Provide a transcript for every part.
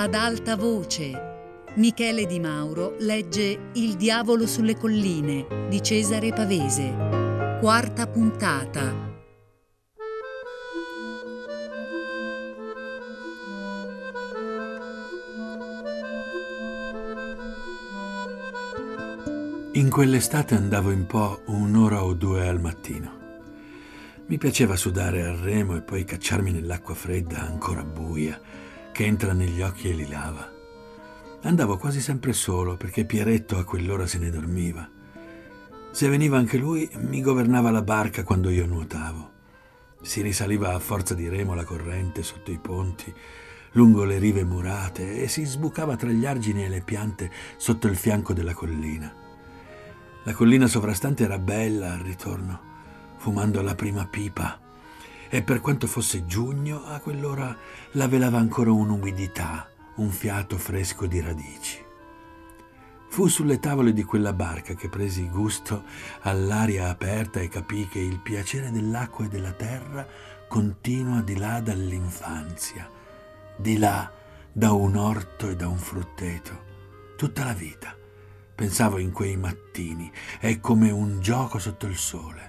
ad alta voce. Michele Di Mauro legge Il diavolo sulle colline di Cesare Pavese. 4ª puntata. In quell'estate andavo in po' 1 ora o 2 al mattino. Mi piaceva sudare al remo e poi cacciarmi nell'acqua fredda, ancora buia, che entra negli occhi e li lava. Andavo quasi sempre solo perché Pieretto a quell'ora se ne dormiva. Se veniva anche lui, mi governava la barca quando io nuotavo. Si risaliva a forza di remo la corrente sotto i ponti, lungo le rive murate, e si sbucava tra gli argini e le piante sotto il fianco della collina. La collina sovrastante era bella al ritorno, fumando la prima pipa, e per quanto fosse giugno, a quell'ora la velava ancora un'umidità, un fiato fresco di radici. Fu sulle tavole di quella barca che presi gusto all'aria aperta e capii che il piacere dell'acqua e della terra continua di là dall'infanzia, di là da un orto e da un frutteto, tutta la vita. Pensavo in quei mattini, è come un gioco sotto il sole.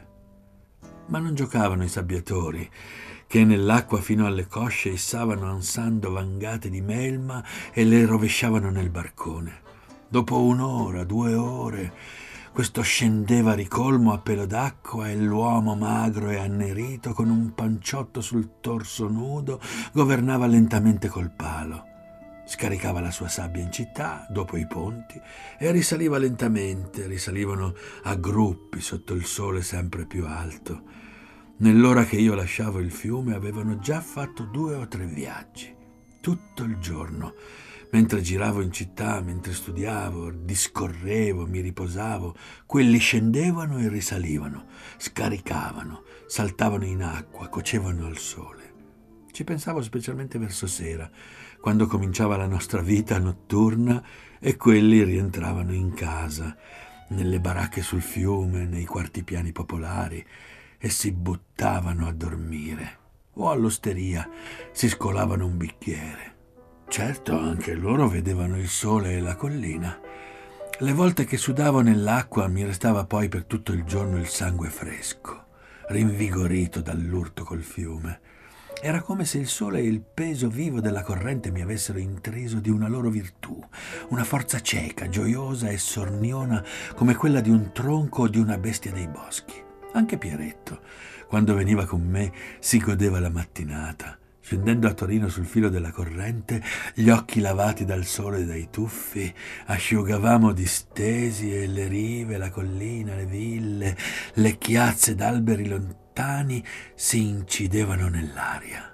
Ma non giocavano i sabbiatori, che nell'acqua fino alle cosce issavano ansando vangate di melma e le rovesciavano nel barcone. Dopo 1 ora, 2 ore, questo scendeva ricolmo a pelo d'acqua e l'uomo magro e annerito, con un panciotto sul torso nudo, governava lentamente col palo. Scaricava la sua sabbia in città, dopo i ponti, e risaliva lentamente, risalivano a gruppi sotto il sole sempre più alto. Nell'ora che io lasciavo il fiume avevano già fatto 2 o 3 viaggi, tutto il giorno, mentre giravo in città, mentre studiavo, discorrevo, mi riposavo. Quelli scendevano e risalivano, scaricavano, saltavano in acqua, cocevano al sole. Ci pensavo specialmente verso sera, quando cominciava la nostra vita notturna e quelli rientravano in casa, nelle baracche sul fiume, nei quarti piani popolari, e si buttavano a dormire, o all'osteria si scolavano un bicchiere. Certo, anche loro vedevano il sole e la collina. Le volte che sudavo nell'acqua mi restava poi per tutto il giorno il sangue fresco, rinvigorito dall'urto col fiume. Era come se il sole e il peso vivo della corrente mi avessero intriso di una loro virtù, una forza cieca, gioiosa e sorniona come quella di un tronco o di una bestia dei boschi. Anche Pieretto, quando veniva con me, si godeva la mattinata. Scendendo a Torino sul filo della corrente, gli occhi lavati dal sole e dai tuffi, asciugavamo distesi e le rive, la collina, le ville, le chiazze d'alberi lontani si incidevano nell'aria.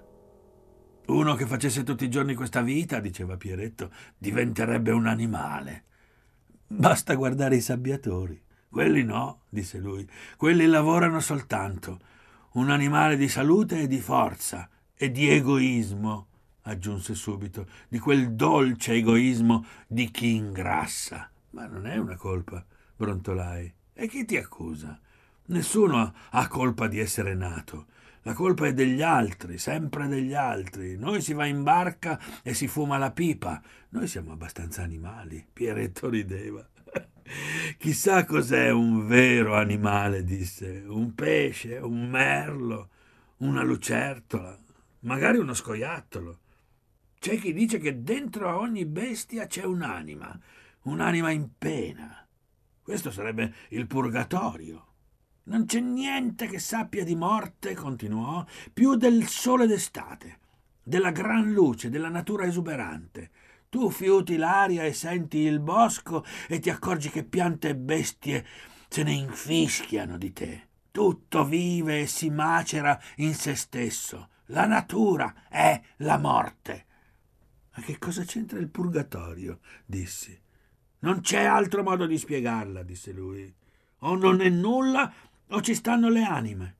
Uno che facesse tutti i giorni questa vita, diceva Pieretto, diventerebbe un animale. Basta guardare i sabbiatori. Quelli no, disse lui, quelli lavorano soltanto. Un animale di salute e di forza. E di egoismo, aggiunse subito, di quel dolce egoismo di chi ingrassa. Ma non è una colpa, brontolai. E chi ti accusa? Nessuno ha colpa di essere nato. La colpa è degli altri, sempre degli altri. Noi si va in barca e si fuma la pipa. Noi siamo abbastanza animali. Pieretto rideva. Chissà cos'è un vero animale, disse. Un pesce, un merlo, una lucertola. Magari uno scoiattolo. C'è chi dice che dentro a ogni bestia c'è un'anima in pena. Questo sarebbe il purgatorio. Non c'è niente che sappia di morte, continuò, più del sole d'estate, della gran luce, della natura esuberante. Tu fiuti l'aria e senti il bosco e ti accorgi che piante e bestie se ne infischiano di te. Tutto vive e si macera in se stesso. La natura è la morte. Ma che cosa c'entra il purgatorio? Dissi. Non c'è altro modo di spiegarla, disse lui. O non è nulla o ci stanno le anime.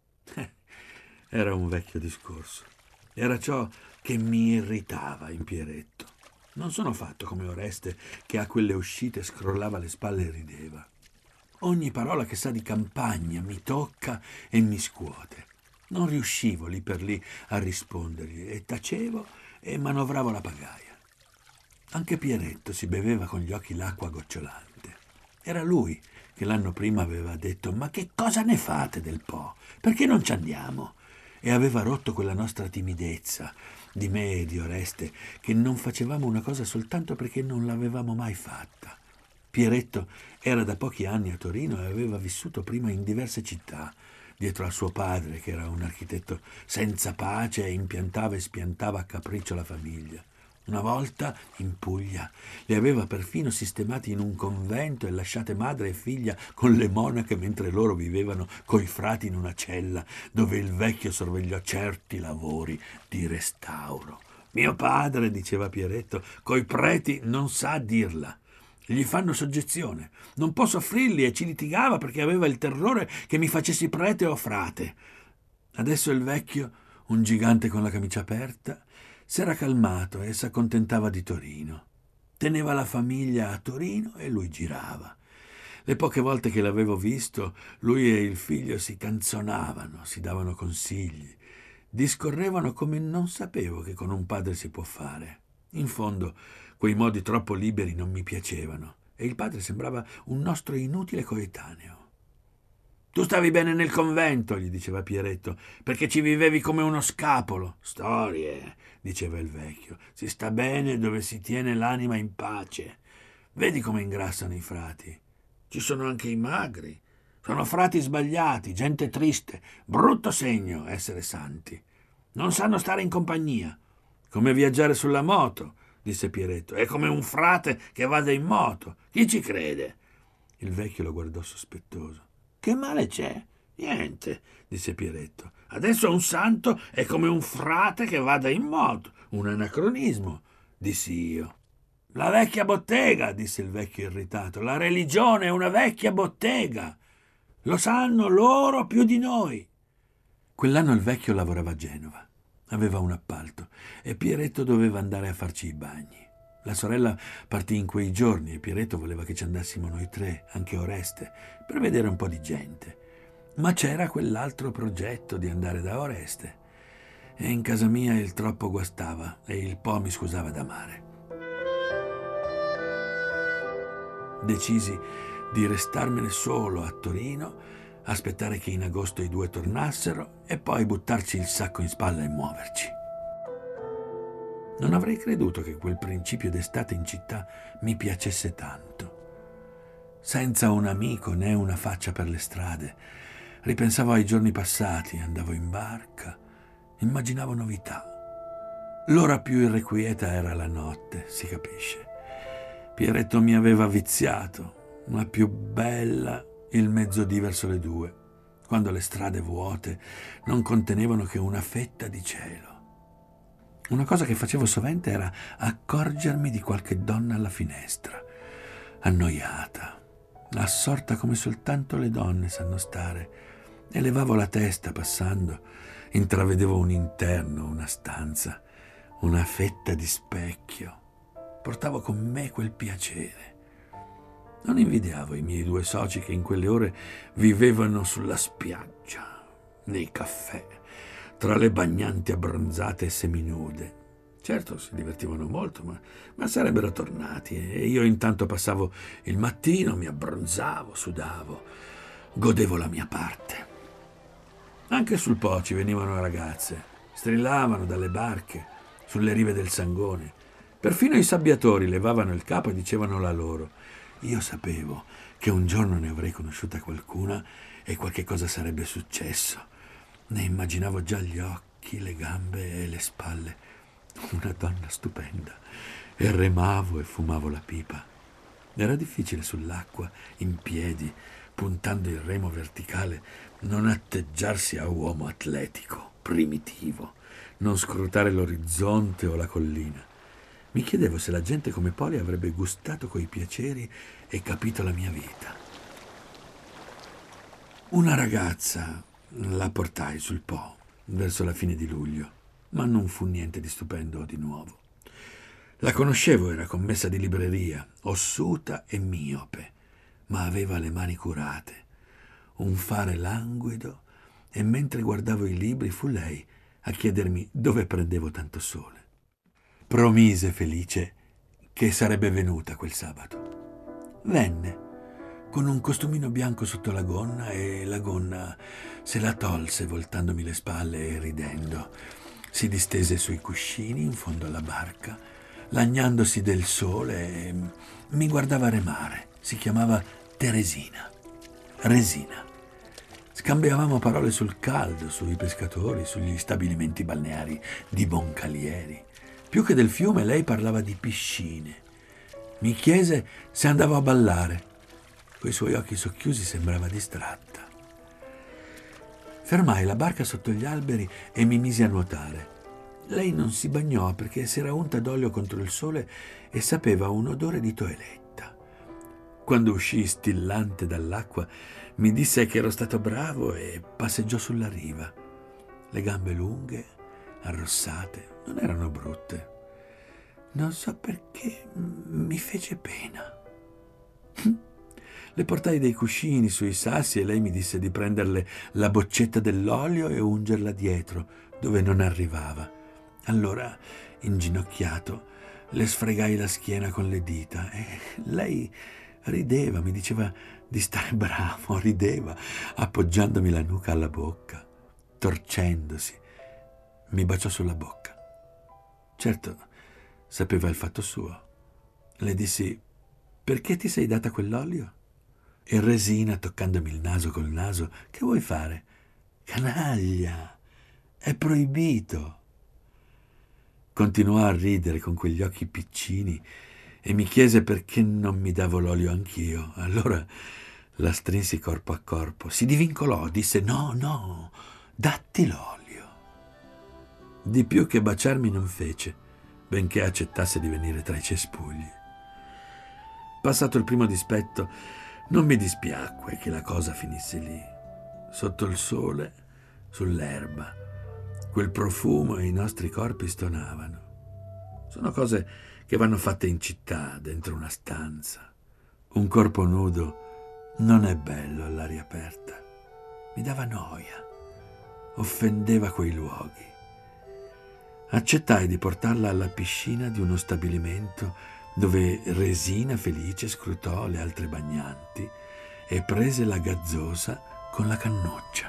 Era un vecchio discorso. Era ciò che mi irritava in Pieretto. Non sono fatto come Oreste, che a quelle uscite scrollava le spalle e rideva. Ogni parola che sa di campagna mi tocca e mi scuote. Non riuscivo lì per lì a rispondergli e tacevo e manovravo la pagaia. Anche Pieretto si beveva con gli occhi l'acqua gocciolante. Era lui che l'anno prima aveva detto: «Ma che cosa ne fate del Po? Perché non ci andiamo?» E aveva rotto quella nostra timidezza di me e di Oreste, che non facevamo una cosa soltanto perché non l'avevamo mai fatta. Pieretto era da pochi anni a Torino e aveva vissuto prima in diverse città, dietro a suo padre, che era un architetto senza pace e impiantava e spiantava a capriccio la famiglia. Una volta, in Puglia, li aveva perfino sistemati in un convento e lasciate madre e figlia con le monache mentre loro vivevano coi frati in una cella dove il vecchio sorvegliò certi lavori di restauro. «Mio padre», diceva Pieretto, «coi preti non sa dirla. Gli fanno soggezione. Non può soffrirli», e ci litigava perché aveva il terrore che mi facessi prete o frate. Adesso il vecchio, un gigante con la camicia aperta, s'era calmato e s'accontentava di Torino. Teneva la famiglia a Torino e lui girava. Le poche volte che l'avevo visto, lui e il figlio si canzonavano, si davano consigli, discorrevano come non sapevo che con un padre si può fare. In fondo, quei modi troppo liberi non mi piacevano e il padre sembrava un nostro inutile coetaneo. «Tu stavi bene nel convento», gli diceva Pieretto, «perché ci vivevi come uno scapolo». «Storie», diceva il vecchio, «si sta bene dove si tiene l'anima in pace. Vedi come ingrassano i frati. Ci sono anche i magri. Sono frati sbagliati, gente triste, brutto segno essere santi. Non sanno stare in compagnia. Come viaggiare sulla moto», disse Pieretto. «È come un frate che vada in moto. Chi ci crede?» Il vecchio lo guardò sospettoso. «Che male c'è?» «Niente», disse Pieretto. «Adesso un santo è come un frate che vada in moto. Un anacronismo», dissi io. «La vecchia bottega», disse il vecchio irritato. «La religione è una vecchia bottega. Lo sanno loro più di noi». Quell'anno il vecchio lavorava a Genova. Aveva un appalto e Pieretto doveva andare a farci i bagni. La sorella partì in quei giorni e Pieretto voleva che ci andassimo noi tre, anche Oreste, per vedere un po' di gente. Ma c'era quell'altro progetto di andare da Oreste. E in casa mia il troppo guastava e il Po mi scusava da mare. Decisi di restarmene solo a Torino, aspettare che in agosto i due tornassero e poi buttarci il sacco in spalla e muoverci. Non avrei creduto che quel principio d'estate in città mi piacesse tanto. Senza un amico né una faccia per le strade, ripensavo ai giorni passati, andavo in barca, immaginavo novità. L'ora più irrequieta era la notte, si capisce. Pieretto mi aveva viziato, ma più bella il mezzodì verso le 2, quando le strade vuote non contenevano che una fetta di cielo. Una cosa che facevo sovente era accorgermi di qualche donna alla finestra, annoiata, assorta come soltanto le donne sanno stare, e levavo la testa passando, intravedevo un interno, una stanza, una fetta di specchio. Portavo con me quel piacere. Non invidiavo i miei due soci che in quelle ore vivevano sulla spiaggia, nei caffè, tra le bagnanti abbronzate e seminude. Certo, si divertivano molto, ma sarebbero tornati e io intanto passavo il mattino, mi abbronzavo, sudavo, godevo la mia parte. Anche sul Po ci venivano ragazze, strillavano dalle barche, sulle rive del Sangone. Perfino i sabbiatori levavano il capo e dicevano la loro. Io sapevo che un giorno ne avrei conosciuta qualcuna e qualche cosa sarebbe successo. Ne immaginavo già gli occhi, le gambe e le spalle. Una donna stupenda. E remavo e fumavo la pipa. Era difficile sull'acqua, in piedi, puntando il remo verticale, non atteggiarsi a uomo atletico, primitivo, non scrutare l'orizzonte o la collina. Mi chiedevo se la gente come Poli avrebbe gustato quei piaceri e capito la mia vita. Una ragazza la portai sul Po verso la fine di luglio, ma non fu niente di stupendo o di nuovo. La conoscevo, era commessa di libreria, ossuta e miope, ma aveva le mani curate, un fare languido, e mentre guardavo i libri fu lei a chiedermi dove prendevo tanto sole. Promise felice che sarebbe venuta quel sabato. Venne, con un costumino bianco sotto la gonna, e la gonna se la tolse voltandomi le spalle e ridendo. Si distese sui cuscini in fondo alla barca, lagnandosi del sole, e mi guardava remare. Si chiamava Teresina. Resina. Scambiavamo parole sul caldo, sui pescatori, sugli stabilimenti balneari di Boncalieri. Più che del fiume, lei parlava di piscine. Mi chiese se andavo a ballare. Coi suoi occhi socchiusi sembrava distratta. Fermai la barca sotto gli alberi e mi misi a nuotare. Lei non si bagnò perché si era unta d'olio contro il sole e sapeva un odore di toeletta. Quando uscii stillante dall'acqua, mi disse che ero stato bravo e passeggiò sulla riva. Le gambe lunghe, arrossate, non erano brutte. Non so perché mi fece pena. Le portai dei cuscini sui sassi e lei mi disse di prenderle la boccetta dell'olio e ungerla dietro, dove non arrivava. Allora, inginocchiato, le sfregai la schiena con le dita e lei rideva, mi diceva di stare bravo, rideva, appoggiandomi la nuca alla bocca, torcendosi. Mi baciò sulla bocca. Certo, sapeva il fatto suo. Le dissi: perché ti sei data quell'olio? E Resina, toccandomi il naso col naso: che vuoi fare? Canaglia, è proibito. Continuò a ridere con quegli occhi piccini e mi chiese perché non mi davo l'olio anch'io. Allora la strinsi corpo a corpo, si divincolò, disse: no, datti l'olio. Di più che baciarmi non fece, benché accettasse di venire tra i cespugli. Passato il primo dispetto, non mi dispiacque che la cosa finisse lì, sotto il sole, sull'erba. Quel profumo e i nostri corpi stonavano. Sono cose che vanno fatte in città, dentro una stanza. Un corpo nudo non è bello all'aria aperta. Mi dava noia, offendeva quei luoghi. Accettai di portarla alla piscina di uno stabilimento dove Resina felice scrutò le altre bagnanti e prese la gazzosa con la cannuccia.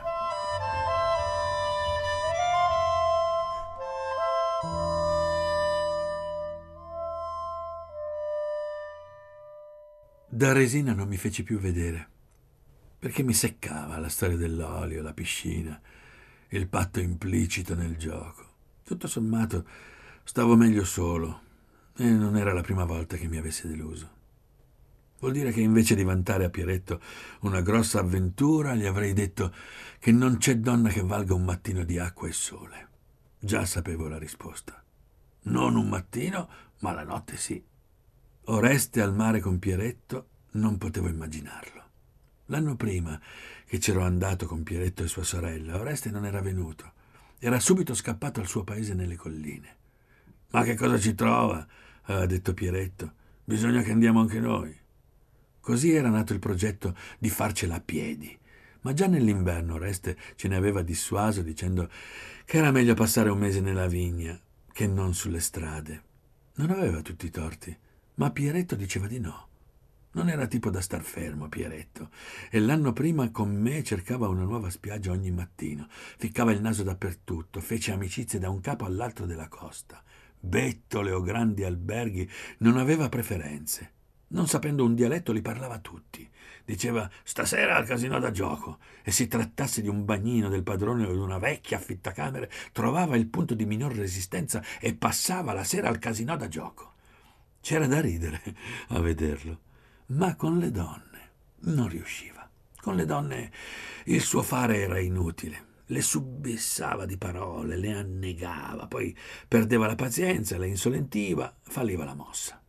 Da Resina non mi feci più vedere, perché mi seccava la storia dell'olio, la piscina, il patto implicito nel gioco. Tutto sommato stavo meglio solo e non era la prima volta che mi avesse deluso. Vuol dire che invece di vantare a Pieretto una grossa avventura, gli avrei detto che non c'è donna che valga un mattino di acqua e sole. Già sapevo la risposta. Non un mattino, ma la notte sì. Oreste al mare con Pieretto non potevo immaginarlo. L'anno prima che c'ero andato con Pieretto e sua sorella, Oreste non era venuto. Era subito scappato al suo paese nelle colline. «Ma che cosa ci trova?» aveva detto Pieretto. «Bisogna che andiamo anche noi». Così era nato il progetto di farcela a piedi. Ma già nell'inverno Oreste ce ne aveva dissuaso dicendo che era meglio passare un mese nella vigna che non sulle strade. Non aveva tutti i torti. Ma Pieretto diceva di no. Non era tipo da star fermo, Pieretto. E l'anno prima con me cercava una nuova spiaggia ogni mattino. Ficcava il naso dappertutto, fece amicizie da un capo all'altro della costa. Bettole o grandi alberghi, non aveva preferenze. Non sapendo un dialetto li parlava tutti. Diceva: «Stasera al casino da gioco». E si trattasse di un bagnino, del padrone o di una vecchia affittacamere, trovava il punto di minor resistenza e passava la sera al casino da gioco. C'era da ridere a vederlo, ma con le donne non riusciva. Con le donne il suo fare era inutile. Le subissava di parole, le annegava, poi perdeva la pazienza, le insolentiva, falliva la mossa.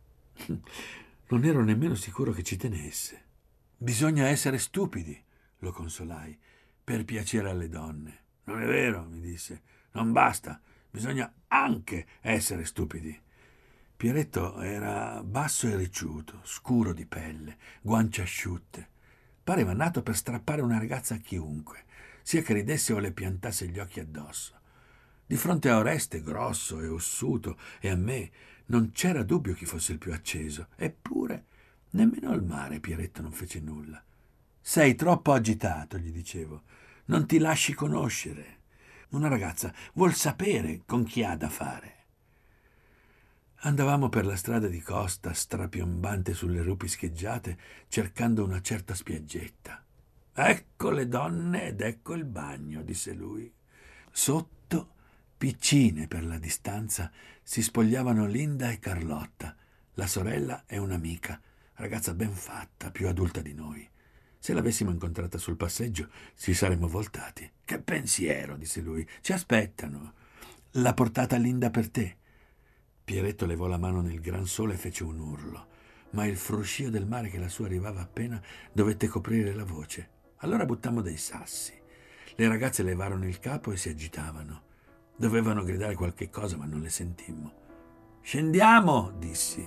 Non ero nemmeno sicuro che ci tenesse. «Bisogna essere stupidi», lo consolai, «per piacere alle donne». «Non è vero», mi disse, «non basta, bisogna anche essere stupidi». Pieretto era basso e ricciuto, scuro di pelle, guance asciutte. Pareva nato per strappare una ragazza a chiunque, sia che ridesse o le piantasse gli occhi addosso. Di fronte a Oreste, grosso e ossuto, e a me, Non c'era dubbio chi fosse il più acceso, eppure nemmeno al mare Pieretto non fece nulla. «Sei troppo agitato», gli dicevo. «Non ti lasci conoscere. Una ragazza vuol sapere con chi ha da fare». Andavamo per la strada di costa, strapiombante sulle rupi scheggiate, cercando una certa spiaggetta. «Ecco le donne ed ecco il bagno», disse lui. Sotto, piccine per la distanza, si spogliavano Linda e Carlotta, la sorella e un'amica, ragazza ben fatta, più adulta di noi. Se l'avessimo incontrata sul passeggio, ci saremmo voltati. «Che pensiero», disse lui, «ci aspettano. L'ha portata Linda per te». Pieretto levò la mano nel gran sole e fece un urlo, ma il fruscio del mare che lassù arrivava appena dovette coprire la voce. Allora buttammo dei sassi. Le ragazze levarono il capo e si agitavano. Dovevano gridare qualche cosa, ma non le sentimmo. «Scendiamo», dissi.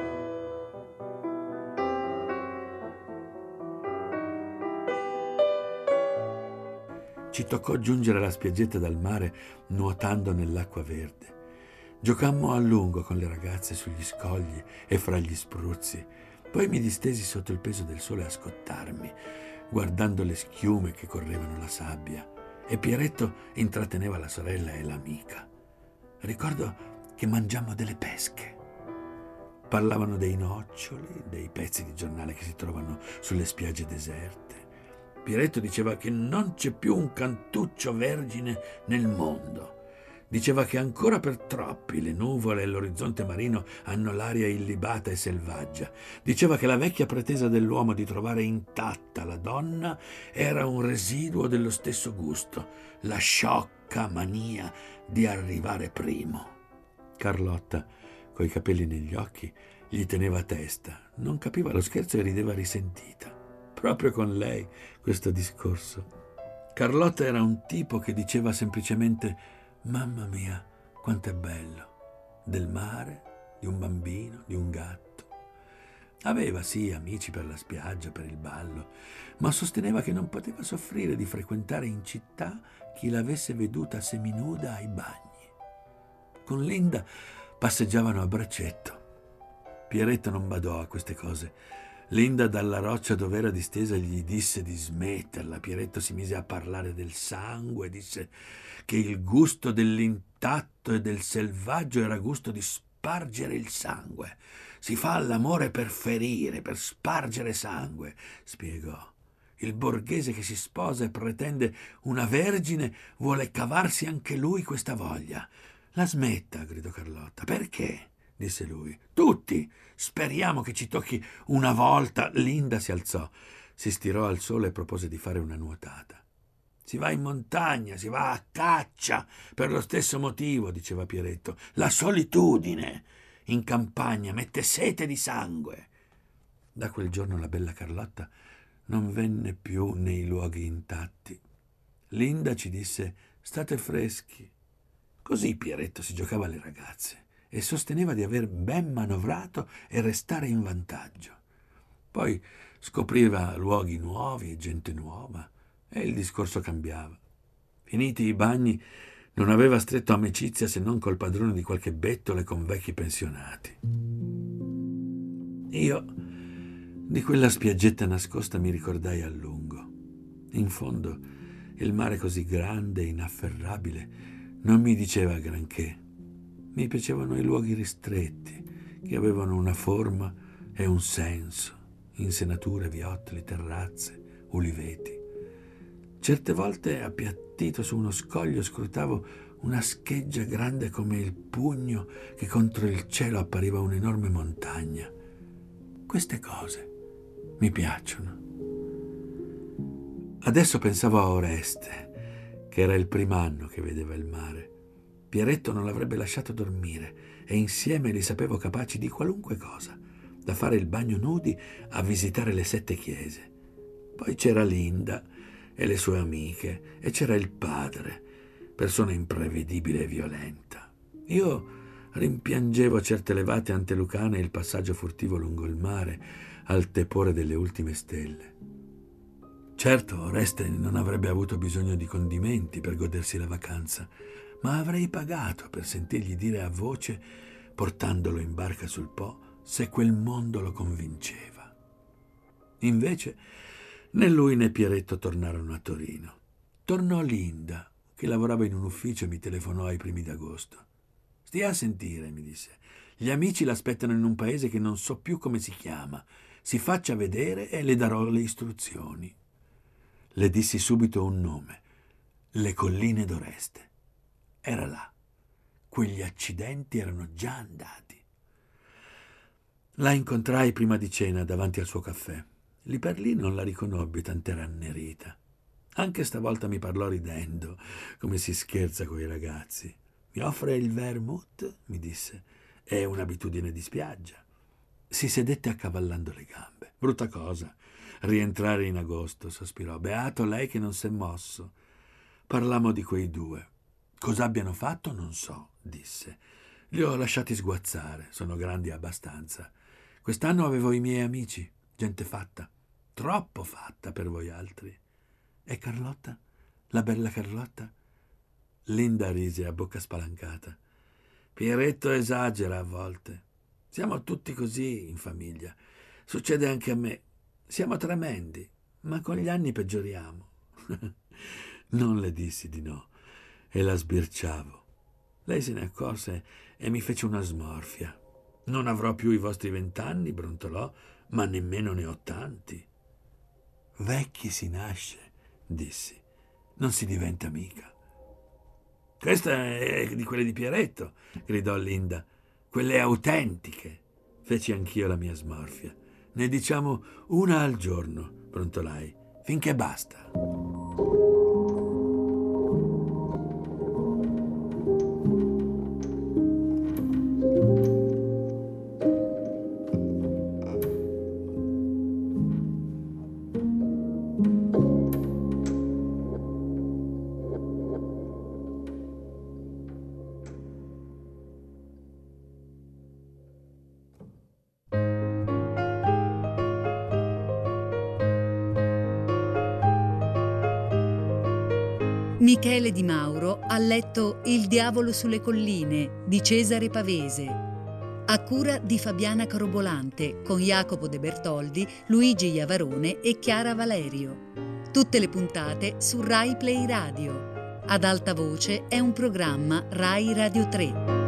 Ci toccò giungere alla spiaggetta dal mare nuotando nell'acqua verde. Giocammo a lungo con le ragazze sugli scogli e fra gli spruzzi. Poi mi distesi sotto il peso del sole a scottarmi, guardando le schiume che correvano la sabbia, e Pieretto intratteneva la sorella e l'amica. Ricordo che mangiammo delle pesche. Parlavano dei noccioli, dei pezzi di giornale che si trovano sulle spiagge deserte. Pieretto diceva che non c'è più un cantuccio vergine nel mondo. Diceva che ancora per troppi le nuvole e l'orizzonte marino hanno l'aria illibata e selvaggia. Diceva che la vecchia pretesa dell'uomo di trovare intatta la donna era un residuo dello stesso gusto, la sciocca mania di arrivare primo. Carlotta, coi capelli negli occhi, gli teneva testa, non capiva lo scherzo e rideva risentita. Proprio con lei questo discorso. Carlotta era un tipo che diceva semplicemente: «Mamma mia, quanto è bello!» Del mare, di un bambino, di un gatto. Aveva sì amici per la spiaggia, per il ballo, ma sosteneva che non poteva soffrire di frequentare in città chi l'avesse veduta seminuda ai bagni. Con Linda passeggiavano a braccetto. Pieretto non badò a queste cose. Linda dalla roccia dove era distesa gli disse di smetterla. Pieretto si mise a parlare del sangue, disse che il gusto dell'intatto e del selvaggio era gusto di spargere il sangue. Si fa l'amore per ferire, per spargere sangue, spiegò. Il borghese che si sposa e pretende una vergine vuole cavarsi anche lui questa voglia. La smetta, gridò Carlotta. Perché? Disse lui. Tutti! Speriamo che ci tocchi una volta. Linda si alzò, si stirò al sole e propose di fare una nuotata. Si va in montagna, si va a caccia, per lo stesso motivo, diceva Pieretto. La solitudine in campagna mette sete di sangue. Da quel giorno la bella Carlotta non venne più nei luoghi intatti. Linda ci disse: «State freschi». Così Pieretto si giocava alle ragazze e sosteneva di aver ben manovrato e restare in vantaggio. Poi scopriva luoghi nuovi e gente nuova e il discorso cambiava. Finiti i bagni, non aveva stretto amicizia se non col padrone di qualche bettole con vecchi pensionati. Io di quella spiaggetta nascosta mi ricordai a lungo. In fondo, il mare così grande e inafferrabile non mi diceva granché. Mi piacevano i luoghi ristretti, che avevano una forma e un senso, insenature, viottoli, terrazze, uliveti. Certe volte, appiattito su uno scoglio, scrutavo una scheggia grande come il pugno che contro il cielo appariva un'enorme montagna. Queste cose mi piacciono. Adesso pensavo a Oreste, che era il primo anno che vedeva il mare. Pieretto non l'avrebbe lasciato dormire e insieme li sapevo capaci di qualunque cosa, da fare il bagno nudi a visitare le 7 chiese. Poi c'era Linda e le sue amiche e c'era il padre, persona imprevedibile e violenta. Io rimpiangevo certe levate antelucane e il passaggio furtivo lungo il mare al tepore delle ultime stelle. Certo, Oreste non avrebbe avuto bisogno di condimenti per godersi la vacanza, ma avrei pagato per sentirgli dire a voce portandolo in barca sul Po se quel mondo lo convinceva. Invece né lui né Pieretto tornarono a Torino. Tornò Linda, che lavorava in un ufficio, e mi telefonò ai primi d'agosto. «Stia a sentire», mi disse. «Gli amici l'aspettano in un paese che non so più come si chiama. Si faccia vedere e le darò le istruzioni». Le dissi subito un nome: Le Colline d'Oreste. Era là. Quegli accidenti erano già andati. La incontrai prima di cena davanti al suo caffè. Lì per lì non la riconobbi, tant'era annerita. Anche stavolta mi parlò ridendo, come si scherza coi ragazzi. «Mi offre il vermouth?» mi disse. «È un'abitudine di spiaggia». Si sedette accavallando le gambe. «Brutta cosa, rientrare in agosto», sospirò. «Beato lei che non s'è mosso». Parlammo di quei due. «Cosa abbiano fatto non so», disse. «Li ho lasciati sguazzare, sono grandi abbastanza. Quest'anno avevo i miei amici, gente fatta, troppo fatta per voi altri». «E Carlotta? La bella Carlotta?» Linda rise a bocca spalancata. «Pieretto esagera a volte. Siamo tutti così in famiglia. Succede anche a me. Siamo tremendi, ma con gli anni peggioriamo». Non le dissi di no e la sbirciavo. Lei se ne accorse e mi fece una smorfia. «Non avrò più i vostri 20 anni», brontolò, «ma nemmeno ne ho tanti». «Vecchi si nasce», dissi, «non si diventa mica». «Questa è di quelle di Pieretto», gridò Linda. «Quelle autentiche». Feci anch'io la mia smorfia. «Ne diciamo una al giorno», brontolai, «finché basta». Michele Di Mauro ha letto Il diavolo sulle colline di Cesare Pavese, a cura di Fabiana Carobolante, con Jacopo De Bertoldi, Luigi Iavarone e Chiara Valerio. Tutte le puntate su Rai Play Radio. Ad alta voce è un programma Rai Radio 3.